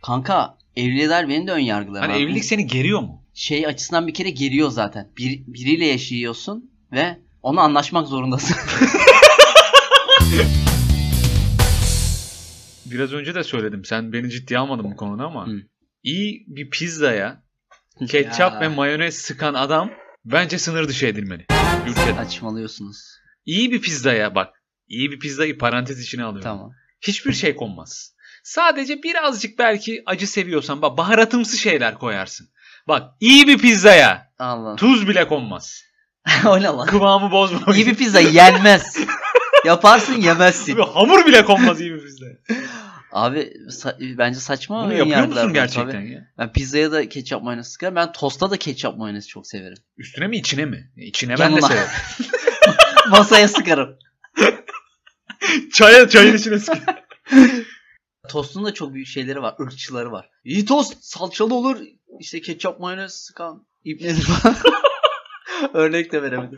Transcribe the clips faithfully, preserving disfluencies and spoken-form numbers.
Kanka evliliğe dair benim de ön yargılarım. Hani evlilik seni geriyor mu? Şey açısından bir kere geriyor zaten. Bir, biriyle yaşıyorsun ve ona anlaşmak zorundasın. Biraz önce de söyledim. Sen beni ciddiye almadın bu konuda ama. Hı. İyi bir pizzaya ketçap ve mayonez sıkan adam bence sınır dışı edilmeli. Ülkede. Saçmalıyorsunuz. İyi bir pizzaya bak. İyi bir pizzayı parantez içine alıyorum. Tamam. Hiçbir şey konmaz. Sadece birazcık belki acı seviyorsan bak baharatımsı şeyler koyarsın. Bak iyi bir pizzaya Allah. tuz bile konmaz. O ne lan? Kıvamı bozmamak. İyi bir pizza yenmez. Yaparsın yemezsin. Hamur bile konmaz iyi bir pizzaya. Abi sa- bence saçma. Bunu ön yapıyor yargılar musun var gerçekten tabii. ya? Ben pizzaya da ketçap mayonez sıkarım. Ben tosta da ketçap mayonez çok severim. Üstüne mi içine mi? İçine ben de Yanına. severim. Masaya sıkarım. Çaya, çayın içine sıkarım. Tostun da çok büyük şeyleri var. Irkçıları var. İyi tost salçalı olur. İşte ketçap mayonez sıkan ibnedir falan. Örnek de veremedim.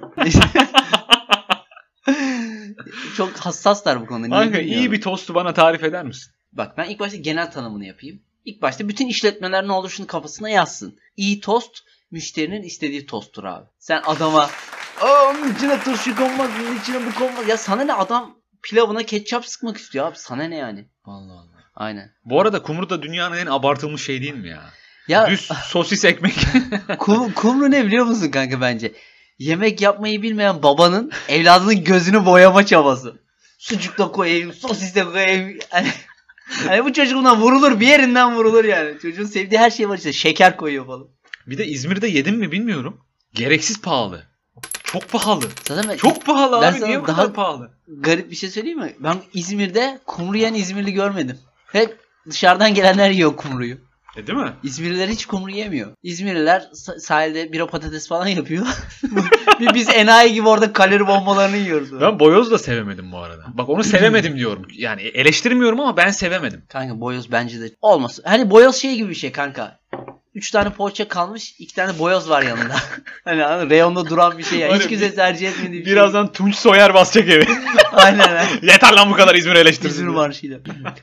Çok hassaslar bu konuda. Kanka iyi bir tostu bana tarif eder misin? Bak ben ilk başta genel tanımını yapayım. İlk başta bütün işletmeler ne olur şunu kafasına yazsın. İyi tost müşterinin istediği tosttur abi. Sen adama aa onun içine turşu konmaz, onun içine bu konmaz. Ya sana ne, adam pilavına ketçap sıkmak istiyor abi. Sana ne yani? Allah Allah. Aynen. Bu arada kumru da dünyanın en abartılmış şey değil mi ya? Ya düz sosis ekmek. kum, kumru ne biliyor musun kanka bence? Yemek yapmayı bilmeyen babanın evladının gözünü boyama çabası. Sucuk da koyayım, sosis de koyayım. Hani, hani bu çocuk buna vurulur, bir yerinden vurulur yani. Çocuğun sevdiği her şey var işte. Şeker koyuyor falan. Bir de İzmir'de yedim mi bilmiyorum. Gereksiz pahalı. Çok pahalı. Zaten ben, Çok pahalı ben abi. sana Niye bu daha kadar pahalı? garip bir şey söyleyeyim mi? Ben İzmir'de kumru yiyen İzmirli görmedim. Hep dışarıdan gelenler yiyor kumruyu. E değil mi? İzmirliler hiç kumru yemiyor. İzmirliler sahilde bira patates falan yapıyor. Biz enayi gibi orada kalori bombalarını yiyoruz. Böyle. Ben boyoz da sevemedim bu arada. Bak onu sevemedim diyorum. Yani eleştirmiyorum ama ben sevemedim. Kanka boyoz bence de olmasın. Hani boyoz şey gibi bir şey kanka. Üç tane poğaça kalmış, iki tane boyoz var yanında. Hani reyonda duran bir şey ya. Hiç kimse tercih etmediği bir birazdan şey. Birazdan Tunç Soyer basacak evi. Aynen aynen. Yeter lan bu kadar İzmir eleştirisi. İzmir marşıyla.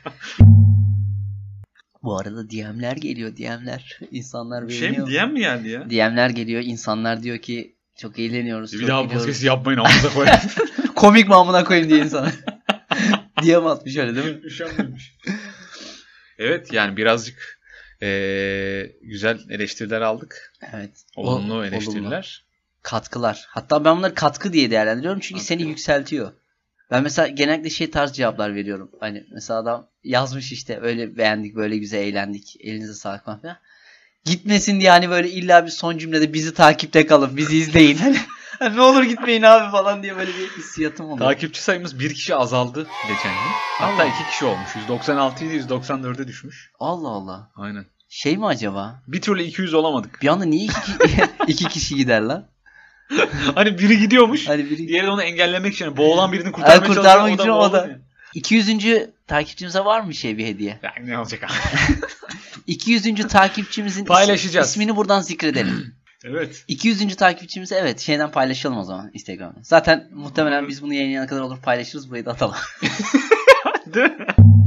Bu arada D M'ler geliyor, D M'ler. İnsanlar Bir beğeniyor. şey mi? D M mi geldi ya? D M'ler geliyor. İnsanlar diyor ki çok eğleniyoruz. Bir çok daha biliyoruz. podcast yapmayın amına koyayım. Komik mi amına koyayım diye insana. D M atmış öyle değil mi? Üşenmemiş. Evet yani birazcık ee, güzel eleştiriler aldık. Evet. Olumlu O, eleştiriler. Olumlu. Katkılar. Hatta ben bunları katkı diye değerlendiriyorum çünkü katkı. Seni yükseltiyor. Ben mesela genellikle şey tarz cevaplar veriyorum. Hani mesela adam yazmış işte öyle beğendik, böyle güzel eğlendik. Elinize sağlık falan. Gitmesin diye hani böyle illa bir son cümlede bizi takipte kalın, bizi izleyin. Hani ne olur gitmeyin abi falan diye böyle bir hissiyatım oluyor. Takipçi sayımız bir kişi azaldı geçen gün. Hatta Allah. iki kişi olmuş. yüz doksan altı ile yüz doksan dörde düşmüş. Allah Allah. Aynen. Şey mi acaba? Bir türlü iki yüz olamadık. Bir anda niye iki, iki kişi gider lan? Hani biri gidiyormuş. Hani biri... Diğeri de onu engellemek için. Boğulan birini kurtarmaya yani kurtarmak için çalışıyor. O da. iki yüzüncü takipçimize var mı şey bir hediye? Yani ne olacak abi? iki yüzüncü takipçimizin paylaşacağız. ismini buradan zikredelim. Evet. iki yüzüncü takipçimizi evet şeyden paylaşalım o zaman Instagram'da. Zaten muhtemelen biz bunu yayınlayana kadar olur paylaşırız, burayı da atalım. Değil mi?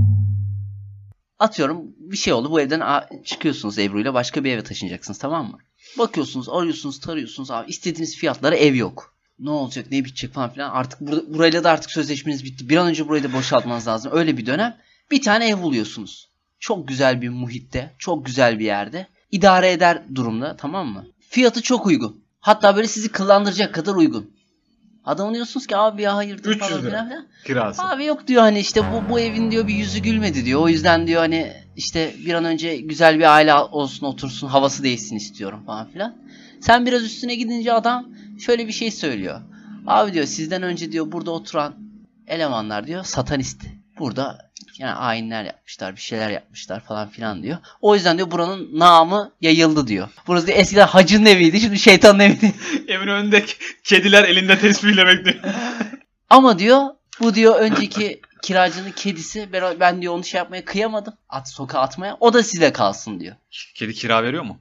Atıyorum bir şey oldu, bu evden çıkıyorsunuz Ebru'yla başka bir eve taşınacaksınız, tamam mı? Bakıyorsunuz, arıyorsunuz, tarıyorsunuz abi, istediğiniz fiyatlara ev yok. Ne olacak, ne bitecek falan filan. Artık bur- burayla da artık sözleşmeniz bitti. Bir an önce burayı da boşaltmanız lazım. Öyle bir dönem. Bir tane ev buluyorsunuz. Çok güzel bir muhitte, çok güzel bir yerde. İdare eder durumda, tamam mı? Fiyatı çok uygun. Hatta böyle sizi kıllandıracak kadar uygun. Adamı diyorsunuz ki abi ya hayırdır üç yüz falan lira filan. Kirası. Abi yok diyor, hani işte bu bu evin diyor bir yüzü gülmedi diyor. O yüzden diyor hani işte bir an önce güzel bir aile olsun, otursun, havası değişsin istiyorum falan filan. Sen biraz üstüne gidince adam şöyle bir şey söylüyor. Abi diyor sizden önce diyor burada oturan elemanlar diyor satanist. Burada yani ayinler yapmışlar, bir şeyler yapmışlar falan filan diyor. O yüzden diyor buranın namı yayıldı diyor. Burası diyor, eskiden hacının eviydi, şimdi şeytanın eviydi. Evin önünde kediler elinde tesbihle bekliyor. Ama diyor bu diyor önceki kiracının kedisi, ben, ben diyor onu şey yapmaya kıyamadım. At sokağa atmaya. O da size kalsın diyor. Kedi kira veriyor mu?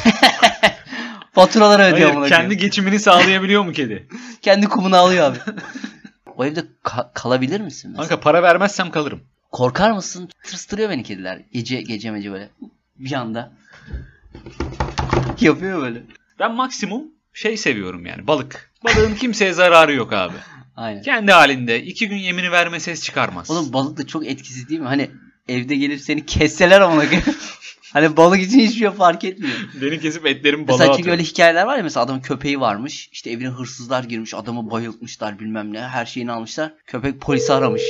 Faturaları ödüyor. Hayır, kendi diyor. Geçimini sağlayabiliyor mu kedi? Kendi kumunu alıyor abi. O evde ka- kalabilir misin mesela? Kanka para vermezsem kalırım. Korkar mısın? Tırstırıyor beni kediler. Gece gece mece böyle bir anda. Yapıyor böyle. Ben maksimum şey seviyorum yani, balık. Balığın kimseye zararı yok abi. Aynen. Kendi halinde iki gün yemini verme, ses çıkarmaz. Oğlum balık da çok etkisiz değil mi? Hani evde gelip seni kesseler ama hani balık için hiçbir şey fark etmiyor. Beni kesip etlerimi balığa mesela atıyor. çünkü öyle hikayeler var ya, mesela adamın köpeği varmış. İşte evine hırsızlar girmiş, adamı bayıltmışlar bilmem ne. Her şeyini almışlar. Köpek polisi aramış.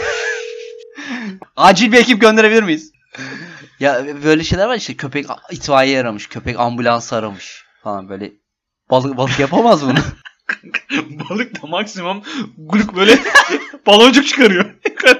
Acil bir ekip gönderebilir miyiz? Ya böyle şeyler var işte, köpek itfaiye aramış. Köpek ambulansı aramış falan böyle. Balık balık yapamaz bunu. Balık da maksimum guluk böyle baloncuk çıkarıyor.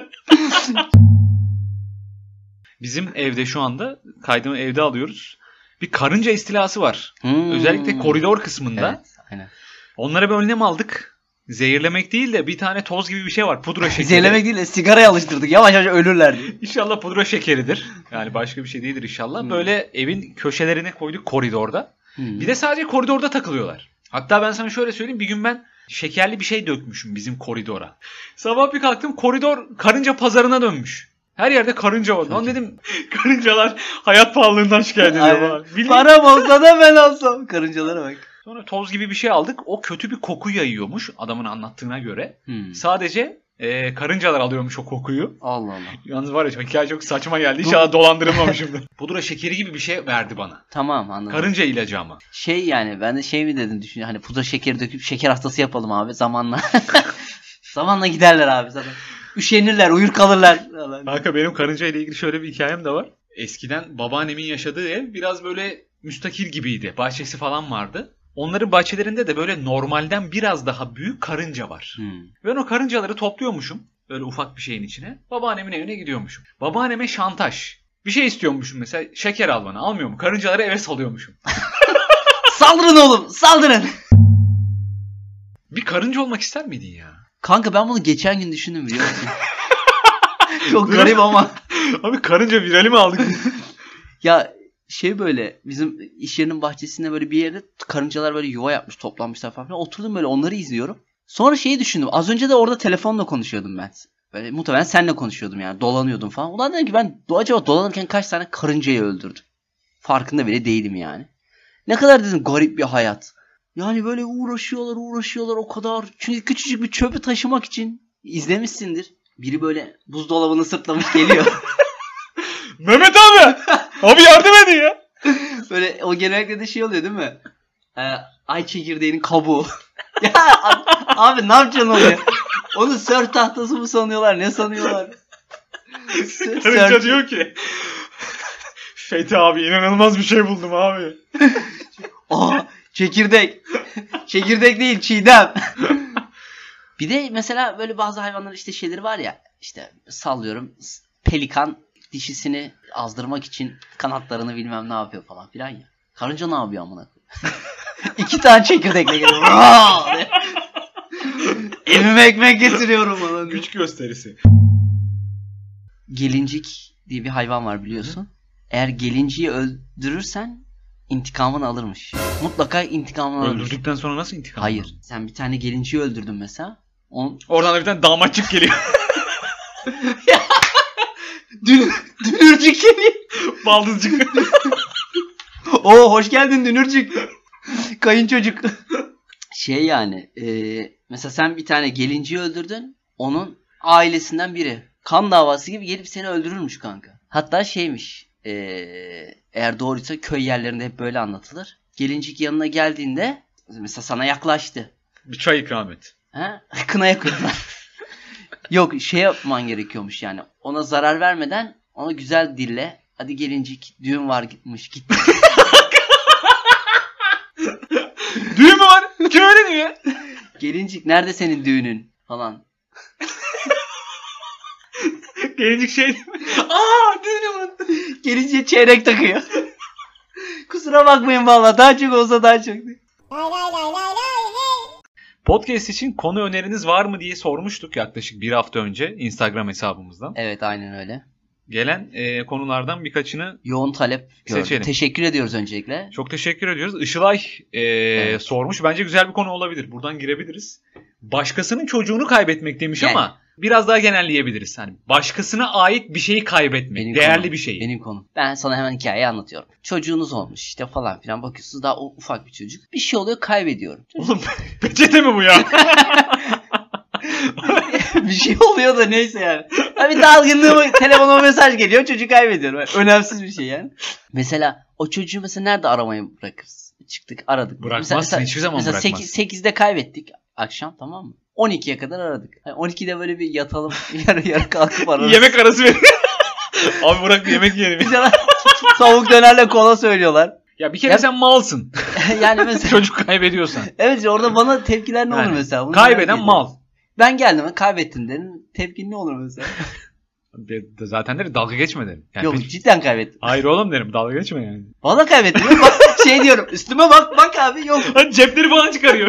Bizim evde şu anda kaydımı evde alıyoruz. Bir karınca istilası var. Hmm. Özellikle koridor kısmında. Evet, aynen. Onlara bir önlem aldık. Zehirlemek değil de bir tane toz gibi bir şey var. Pudra şekeri. Zehirlemek değil de sigaraya alıştırdık. Yavaş yavaş ölürlerdi. İnşallah pudra şekeridir. Yani başka bir şey değildir inşallah. Hmm. Böyle evin köşelerine koyduk koridorda. Hmm. Bir de sadece koridorda takılıyorlar. Hatta ben sana şöyle söyleyeyim. Bir gün ben şekerli bir şey dökmüşüm bizim koridora. Sabah bir kalktım, koridor karınca pazarına dönmüş. Her yerde karınca var. Lan dedim, karıncalar hayat pahalılığından şikayet ediyor falan. Param olsa da ben alsam. Karıncalara bak. Sonra toz gibi bir şey aldık. O kötü bir koku yayıyormuş adamın anlattığına göre. Hmm. Sadece e, karıncalar alıyormuş o kokuyu. Allah Allah. Yalnız var ya, hikaye çok saçma geldi. İnşallah dolandırılmamışımdır. Pudra şekeri gibi bir şey verdi bana. Tamam, anladım. Karınca ilacı ama. Şey yani ben de şey mi dedim düşünüyorum. Hani pudra şekeri döküp şeker hastası yapalım abi zamanla. Zamanla giderler abi zaten. Üşenirler, uyur kalırlar. Kanka benim karınca ile ilgili şöyle bir hikayem de var. Eskiden babaannemin yaşadığı ev biraz böyle müstakil gibiydi. Bahçesi falan vardı. Onların bahçelerinde de böyle normalden biraz daha büyük karınca var. Hmm. Ben o karıncaları topluyormuşum. Böyle ufak bir şeyin içine. Babaannemin evine gidiyormuşum. Babaanneme şantaj. Bir şey istiyormuşum mesela. Şeker al bana. Almıyor mu? Karıncaları eve salıyormuşum. Saldırın oğlum, saldırın. Bir karınca olmak ister miydin ya? Kanka ben bunu geçen gün düşündüm biliyor musun? Çok garip ama. Abi karınca virali mi aldık? Ya şey böyle bizim iş yerinin bahçesinde böyle bir yerde karıncalar böyle yuva yapmış, toplanmışlar falan. Oturdum böyle onları izliyorum. Sonra şeyi düşündüm. Az önce de orada telefonla konuşuyordum ben. Böyle muhtemelen seninle konuşuyordum yani. Dolanıyordum falan. Ulan dedim ki ben acaba dolanırken kaç tane karıncayı öldürdüm. Farkında bile değilim yani. Ne kadar dedim garip bir hayat. Yani böyle uğraşıyorlar uğraşıyorlar o kadar. Çünkü küçücük bir çöpü taşımak için izlemişsindir. Biri böyle buzdolabını sırtlamış geliyor. Mehmet abi! Abi yardım edin ya! Böyle o genellikle de şey oluyor değil mi? Ee, ay çekirdeğinin kabuğu. Ya abi ne yapacaksın onu ya? Onu sörf tahtası mı sanıyorlar? Ne sanıyorlar? Karınca diyor ki Fethi abi inanılmaz bir şey buldum abi. Aa, çekirdek. Çekirdek değil, çiğdem. Bir de mesela böyle bazı hayvanların işte şeyleri var ya, işte sallıyorum pelikan dişisini azdırmak için kanatlarını bilmem ne yapıyor falan filan ya. Karınca ne yapıyor amına koyayım? İki tane çekirdekle geliyor. Evime ekmek getiriyorum falan. Güç gösterisi. Gelincik diye bir hayvan var biliyorsun. Eğer gelinciyi öldürürsen intikamını alırmış. Mutlaka intikamını alırmış. Öldürdükten sonra nasıl intikam? Hayır. Sen bir tane gelinciyi öldürdün mesela. On... Oradan da bir tane damatçık geliyor. Dün, dünürcük geliyor. Baldızcık. Oo hoş geldin dünürcük. Kayınçocuk. Şey yani. E, mesela sen bir tane gelinciyi öldürdün. Onun ailesinden biri. Kan davası gibi gelip seni öldürürmüş kanka. Hatta şeymiş. E, eğer doğruysa köy yerlerinde hep böyle anlatılır. Gelincik yanına geldiğinde mesela sana yaklaştı. Bir çay ikram et. Ha? Kına yakıyorlar. Yok şey yapman gerekiyormuş yani. Ona zarar vermeden ona güzel dille. Hadi gelincik düğün var gitmiş git. Düğün mü var? Kim öyle diyor? Gelincik nerede senin düğünün falan. Gelincik şey değil mi? Aaa düğünü unuttum. Gelinciye çeyrek takıyor. Kusura bakmayın valla daha çok olsa daha çok. Podcast için konu öneriniz var mı diye sormuştuk yaklaşık bir hafta önce Instagram hesabımızdan. Evet aynen öyle. Gelen e, konulardan birkaçını yoğun talep gördüm. seçelim. Teşekkür ediyoruz öncelikle. Çok teşekkür ediyoruz. Işılay e, evet. sormuş. Bence güzel bir konu olabilir. Buradan girebiliriz. Başkasının çocuğunu kaybetmek demiş yani, ama Biraz daha genelleyebiliriz. Hani başkasına ait bir şeyi kaybetmek. Benim değerli konum, bir şeyi. Benim konum. Ben sana hemen hikayeyi anlatıyorum. Çocuğunuz olmuş işte falan filan. Bakıyorsunuz daha ufak bir çocuk. Bir şey oluyor, kaybediyorum. Oğlum peçete mi bu ya? Bir şey oluyor da neyse yani. Ha, bir dalgınlığı, telefona mesaj geliyor, çocuğu kaybediyorum. Yani önemsiz bir şey yani. Mesela o çocuğu mesela nerede aramayı bırakırız? Çıktık, aradık. Bırakmazsın, mesela, hiçbir zaman mesela bırakmazsın. sekiz, sekizde kaybettik akşam, tamam mı? on ikiye kadar aradık. Yani on ikide böyle bir yatalım, yarı yarı kalkıp ararız. Yemek arası verin. Abi bırak yemek yiyelim. Bize tavuk dönerle kola söylüyorlar. Ya bir kere Ya- sen malsın. Yani mesela. Çocuk kaybediyorsan. Evet, orada bana tepkiler ne olur Yani, mesela? Bunu kaybeden merak mal. ediyorum. Ben geldim, kaybettin dedim. Tepkin ne olur mesela? De- de- Zaten derim dalga geçme derim. Yani Yok, peki- cidden kaybettim. Hayır oğlum derim, dalga geçme yani. Valla kaybettim. Bak, şey diyorum, üstüme bak bak abi, yok. Hani cepleri falan çıkarıyor.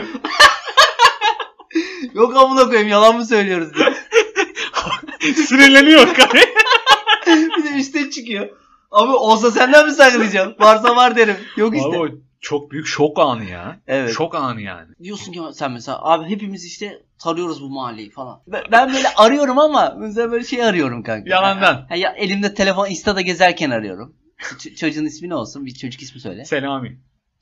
Yok amına koyayım, yalan mı söylüyoruz diye. Sinirleniyor karı. Bir de üstte çıkıyor. Abi olsa senden mi saklayacağım? Varsa var derim. Yok işte. Abi o çok büyük şok anı ya. Evet. Şok anı yani. Diyorsun ki sen mesela, abi hepimiz işte tarıyoruz bu mahalleyi falan. Ben, ben böyle arıyorum ama mesela böyle şey arıyorum kanka. Yalandan. Ha, ya, elimde telefon Insta'da gezerken arıyorum. Ç- çocuğun ismi ne olsun? Bir çocuk ismi söyle. Selami.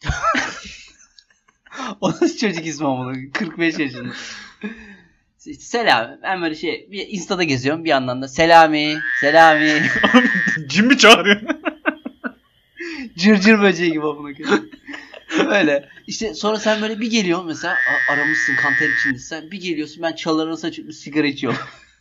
O nasıl çocuk ismi amına? kırk beş yaşında. İşte Selami. Ben böyle şey bir Insta'da geziyorum, bir yandan da Selami, Selami. Cin mi çağırıyor? Cırcır böceği gibi amına koyayım. Öyle. İşte sonra sen böyle bir geliyorsun mesela, a- aramışsın, kanter içindesin. Bir geliyorsun, ben çalar arası açıp bir sigara içiyorum.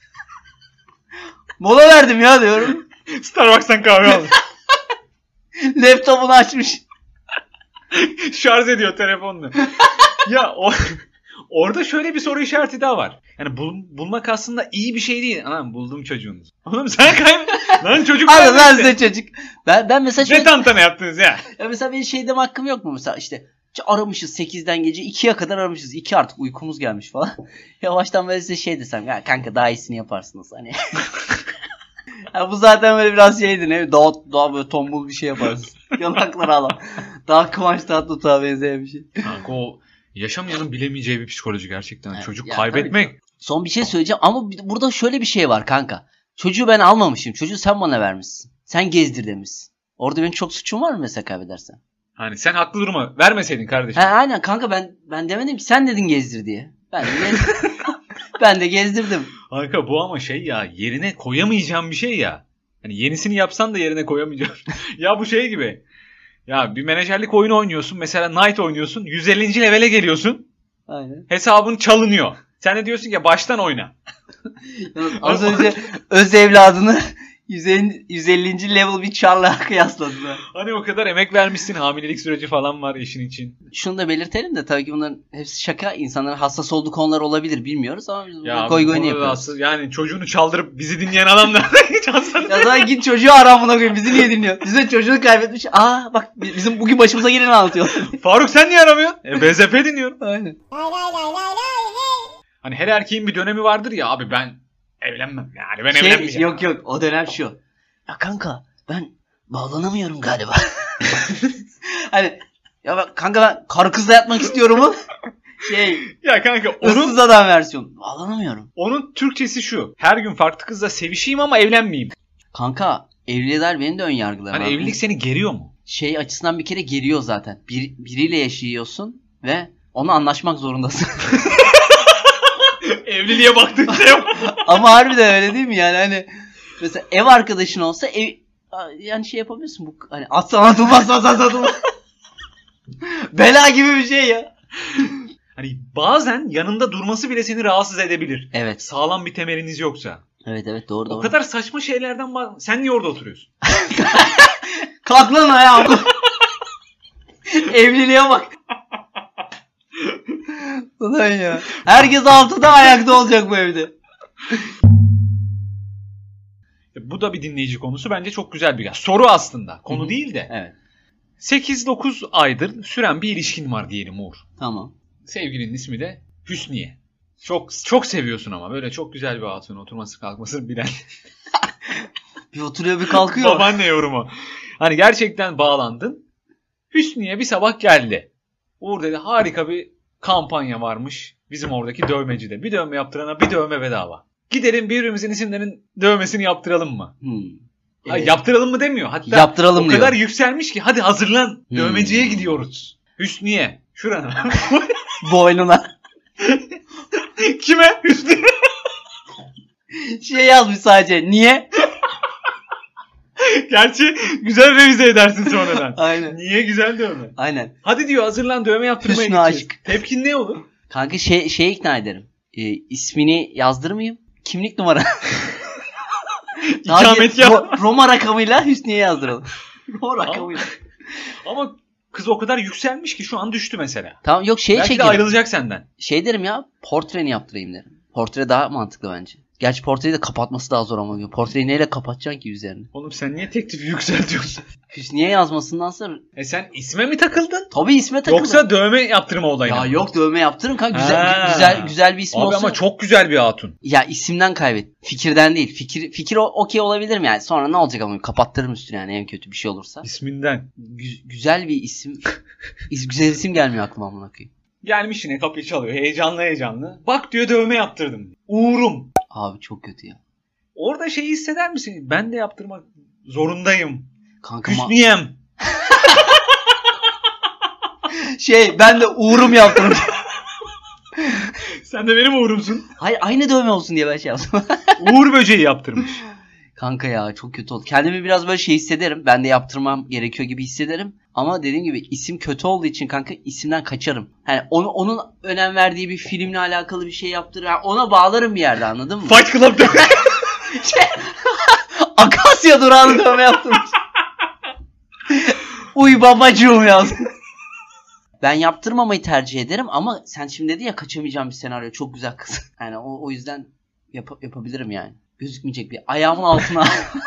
Mola verdim ya diyorum. Starbucks'tan kahve almış. Laptopunu açmış. Şarj ediyor telefonla. Ya o, orada şöyle bir soru işareti daha var. Yani bul, bulmak aslında iyi bir şey değil. Anam buldum çocuğunuzu. Oğlum sen kaybettin. Lan çocuk Alın kaybetti. lan size çocuk. Ben, ben mesela Ne şöyle, tantana yaptınız ya? ya mesela benim şey deme hakkım yok mu mesela, işte aramışız sekizden gece ikiye kadar aramışız. iki artık uykumuz gelmiş falan. Yavaştan böyle size şey desem, ya kanka daha iyisini yaparsınız hani. Ya bu zaten böyle biraz şeydi, ne? Daha, daha böyle tombul bir şey yaparsınız. Yanakları alan. Daha Kıvanç Tatlıtuğ'a benzeyen bir şey. Kanka o yaşamayanın bilemeyeceği bir psikoloji gerçekten. Evet, Çocuk ya kaybetmek. Son bir şey söyleyeceğim ama bir- burada şöyle bir şey var kanka. Çocuğu ben almamışım. Çocuğu sen bana vermişsin. Sen gezdir demişsin. Orada benim çok suçum var mı mesela kaybedersen? Hani sen haklı duruma vermeseydin kardeşim. Ha, aynen kanka, ben ben demedim ki, sen dedin gezdir diye. Ben de, gez- ben de gezdirdim. Kanka bu ama şey ya, yerine koyamayacağım bir şey ya. Hani yenisini yapsan da yerine koyamayacağım. Ya bu şey gibi. Ya bir menajerlik oyunu oynuyorsun. Mesela Knight oynuyorsun. yüz ellinci levele geliyorsun. Aynen. Hesabın çalınıyor. Sen de diyorsun ki baştan oyna. Yalnız az önce öz evladını yüz elli, yüz ellinci level bir çarla kıyasladın ha. Hani o kadar emek vermişsin. Hamilelik süreci falan var işin için. Şunu da belirtelim de, tabii ki bunların hepsi şaka. İnsanların hassas olduğu konular olabilir, bilmiyoruz ama biz Ya bunu koy bu goyunu konuda yapıyoruz. asıl- yani çocuğunu çaldırıp bizi dinleyen adam da hiç hassas. Ya zaman git çocuğu ara amına koyayım, bizi niye dinliyor? Bize çocuğunu kaybetmiş. Aa bak, bizim bugün başımıza geleni anlatıyor. Faruk sen niye aramıyorsun? E, B Z P dinliyorum. Aynen. Hani her erkeğin bir dönemi vardır ya, abi ben evlenmem. Yani ben Şey, evlenmeyeceğim. yok yok, o dönem şu. Ya kanka ben bağlanamıyorum galiba. Hani ya bak kanka, ben karı kızla yatmak istiyorum mu? Şey, Ya kanka onun ıssız adam versiyon. Bağlanamıyorum. onun Türkçesi şu. Her gün farklı kızla sevişeyim ama evlenmeyeyim. Kanka evliliğe dair benim de ön yargılarım. Hani var. evlilik seni geriyor mu? Şey açısından bir kere geriyor zaten. Bir, biriyle yaşıyorsun ve ona anlaşmak zorundasın. Evliliğe baktığın şey yok. Ama harbiden öyle değil mi yani, hani mesela ev arkadaşın olsa ev, yani şey yapabiliyorsun, bu hani atsan atılmaz atsan atılmaz. Bela gibi bir şey ya. Hani bazen yanında durması bile seni rahatsız edebilir. Evet. Sağlam bir temeliniz yoksa. Evet evet, doğru doğru. O kadar saçma şeylerden bak. Sen niye orada oturuyorsun? Kalk lan ayağa. Evliliğe bak. Ulan ya. Herkes altıda ayakta olacak bu evde. E, Bu da bir dinleyici konusu. Bence çok güzel bir soru aslında. Konu Hı hı. değil de. Evet. sekiz dokuz aydır süren bir ilişkin var diyelim Uğur. Tamam. Sevgilinin ismi de Hüsniye. Çok çok seviyorsun ama böyle çok güzel bir hatun, oturması kalkmasını bilen. Bir oturuyor bir kalkıyor. Babaanne yorumu. Hani gerçekten bağlandın. Hüsniye bir sabah geldi. Uğur dedi harika bir kampanya varmış bizim oradaki dövmecide. Bir dövme yaptırana bir dövme bedava. Gidelim birbirimizin isimlerinin dövmesini yaptıralım mı? Hmm. Ha, Evet. yaptıralım mı demiyor. Hatta Yaptıralım o diyor. kadar yükselmiş ki hadi hazırlan. Hmm. Dövmeciye gidiyoruz. Hüsniye. Şurana. Boynuna. Kime? Hüsniye. Şey yazmış sadece. Niye? Gerçi güzel revize edersin sonradan. Aynen. Niye güzel dövme? Aynen. Hadi diyor hazırlan dövme yaptırmaya Hüsnü gideceğiz. aşk. Tepkin ne olur? Kanka şey şeye ikna ederim. Ee, ismini yazdırmayayım. Kimlik numara. İkametgah. Ro- Roma rakamıyla Hüsniye yazdıralım. Roma rakamıyla. Ama kız o kadar yükselmiş ki şu an düştü mesela. Tamam yok şeye Belki de çekerim. ayrılacak senden. Şey derim ya, portreni yaptırayım derim. Portre daha mantıklı bence. Gerçi portreyi de kapatması daha zor ama. Portreyi neyle kapatacaksın ki üzerine? Oğlum sen niye teklifi yükseltiyorsun? Hüsniye yazmasından sonra E sen isme mi takıldın? tabii isme takıldım. Yoksa dövme yaptırma olayına ya mı? yok dövme yaptırırım kanka, güzel Ha. güzel güzel bir isim Abi olsa. ama çok güzel bir hatun. Ya isimden kaybet. Fikirden değil. Fikir fikir o- okey olabilirim yani. Sonra ne olacak ama kapattırırım üstüne yani en kötü bir şey olursa. İsminden. Gü- güzel bir isim. is- güzel isim gelmiyor aklıma amına koyayım. Gelmiş yine kapıyı çalıyor. Heyecanlı heyecanlı. Bak diyor dövme yaptırdım. Uğurum. Abi çok kötü ya. Orada şeyi hisseder misin? Ben de yaptırmak zorundayım. Kanka ma- Hüsniyem. şey ben de uğurum yaptım. Sen de benim uğurumsun. Hayır aynı dövme olsun diye ben şey yaptım. Uğur böceği yaptırmış. Kanka ya çok kötü oldu. Kendimi biraz böyle şey hissederim. Ben de yaptırmam gerekiyor gibi hissederim. Ama dediğim gibi isim kötü olduğu için kanka isimden kaçarım. Yani onu, onun önem verdiği bir filmle alakalı bir şey yaptırır. Yani ona bağlarım bir yerde, anladın mı? Fight Club dövme. Şey, Akasya durağını dövme yaptım. Uy babacığım yazdım. Ben yaptırmamayı tercih ederim ama sen şimdi dedi ya kaçamayacağım bir senaryo. Çok güzel kız. Yani o, o yüzden yap- yapabilirim yani. Gözükmeyecek bir ayağımın altına.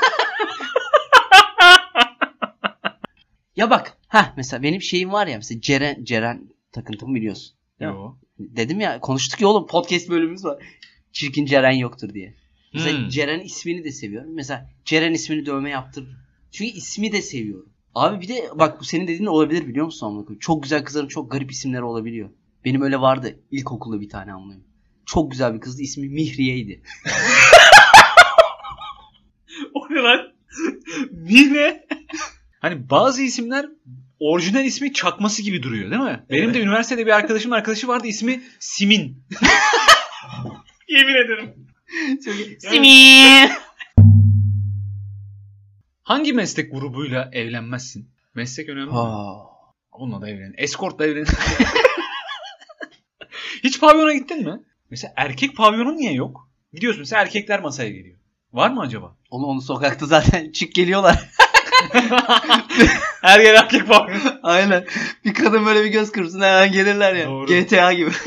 Ya bak. Heh, mesela benim şeyim var ya. Mesela Ceren, Ceren takıntımı biliyorsun. Yo. Dedim ya, konuştuk ya oğlum, podcast bölümümüz var. Çirkin Ceren yoktur diye. Mesela Hmm. Ceren ismini de seviyorum. Mesela Ceren ismini dövme yaptırırım. Çünkü ismi de seviyorum. Abi bir de bak bu senin dediğin olabilir biliyor musun amına koyayım? Çok güzel kızların çok garip isimleri olabiliyor. Benim öyle vardı ilkokulda bir tane amına koyayım. Çok güzel bir kızdı, ismi Mihriye'ydi. O ne lan? Mihne. Hani bazı isimler orijinal ismi çakması gibi duruyor değil mi? Benim de üniversitede bir arkadaşımın arkadaşı vardı, ismi Simin. Yemin ederim. Simi. Hangi meslek grubuyla evlenmezsin? Meslek önemli mi? Onunla da evlen. Escort'la evlen. Hiç pavyona gittin mi? Mesela erkek pavyonu niye yok? Gidiyorsun mesela erkekler masaya geliyor. Var mı acaba? Onu onu sokakta zaten çık geliyorlar. Her yer erkek pavyonu. Aynen. Bir kadın böyle bir göz kırpsın hemen gelirler ya. Doğru. G T A gibi.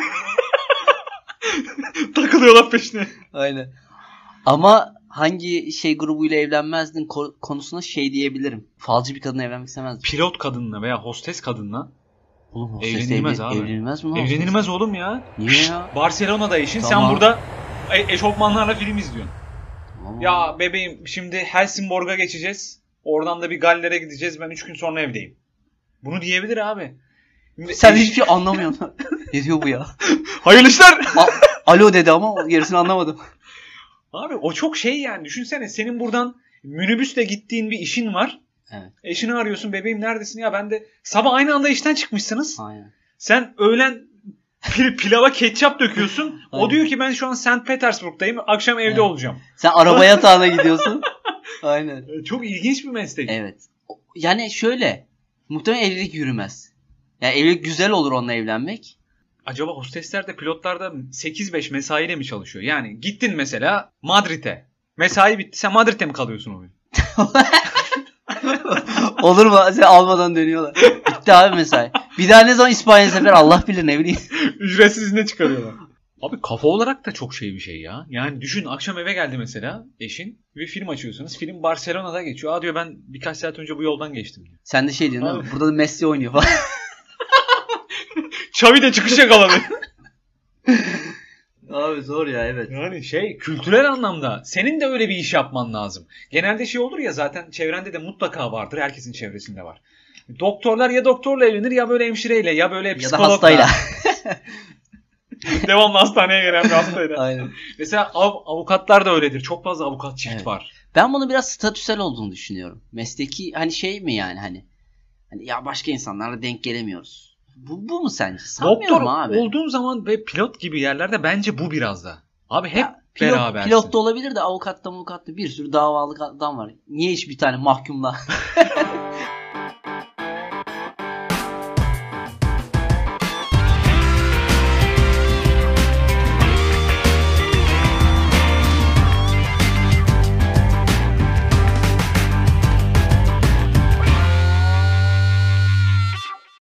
Takılıyorlar peşine. Aynen. Ama hangi şey grubuyla evlenmezdin ko- konusuna şey diyebilirim. Falcı bir kadınla evlenmek istemezdim. Pilot kadınla veya hostes kadınla Oğlum hostesle evlenilmez evlen- abi. Evlenilmez mi lan? evlenilmez oğlum ya. Niye ya? Barcelona'da eşin, Tamam. sen burada e- eşofmanlarla film izliyorsun. Tamam. Ya bebeğim şimdi Helsingborg'a geçeceğiz. Oradan da bir Galler'e gideceğiz. Ben üç gün sonra evdeyim. Bunu diyebilir abi. Sen Eş- hiçbir şey anlamıyorsun. Ne diyor bu ya? Hayırlı işler. A- Alo dedi ama gerisini anlamadım. Abi o çok şey yani. Düşünsene senin buradan minibüsle gittiğin bir işin var. Evet. Eşini arıyorsun. Bebeğim neredesin? Ya ben de sabah aynı anda işten çıkmışsınız. Aynen. Sen öğlen pil- pilava ketçap döküyorsun. O Aynen. diyor ki ben şu an Saint Petersburg'dayım. Akşam evde Evet. olacağım. Sen araba yatağına gidiyorsun. Aynen. Çok ilginç bir meslek. Evet. Yani şöyle. Muhtemelen evlilik yürümez. Yani evlilik güzel olur onunla evlenmek. Acaba hostesler de pilotlar da sekiz beş mesaiyle mi çalışıyor? Yani gittin mesela Madrid'e. Mesai bitti. Sen Madrid'de mi kalıyorsun o gün? Olur mu? Sen almadan dönüyorlar. Bitti abi mesai. Bir daha ne zaman İspanya sefer Allah bilir, ne bileyim. Ücretsiz izne çıkarıyorlar. Abi kafa olarak da çok şey bir şey ya. Yani düşün akşam eve geldi mesela eşin. Bir film açıyorsunuz. Film Barcelona'da geçiyor. Aa diyor ben birkaç saat önce bu yoldan geçtim diyor. Sen de şey diyorsun değil mi? Burada da Messi oynuyor falan. Xavi de çıkış yakaladı. Abi zor ya, evet. Yani şey kültürel anlamda senin de öyle bir iş yapman lazım. Genelde şey olur ya, zaten çevrende de mutlaka vardır. Herkesin çevresinde var. Doktorlar ya doktorla evlenir ya böyle hemşireyle ya böyle Ya da psikologla. hastayla. Devamlı hastaneye gelen bir hastaydı. Aynen. Mesela av, avukatlar da öyledir. Çok fazla avukat çift Evet. var. Ben bunu biraz statüsel olduğunu düşünüyorum. Mesleki hani şey mi yani hani. Hani ya başka insanlarla denk gelemiyoruz. Bu, bu mu sence? Sanmıyorum Doktor abi. olduğun zaman ve pilot gibi yerlerde bence bu biraz da. Abi hep Ya, pilot, berabersin. pilot da olabilir de avukatta avukatta bir sürü davalık adam var. Niye hiç bir tane mahkumla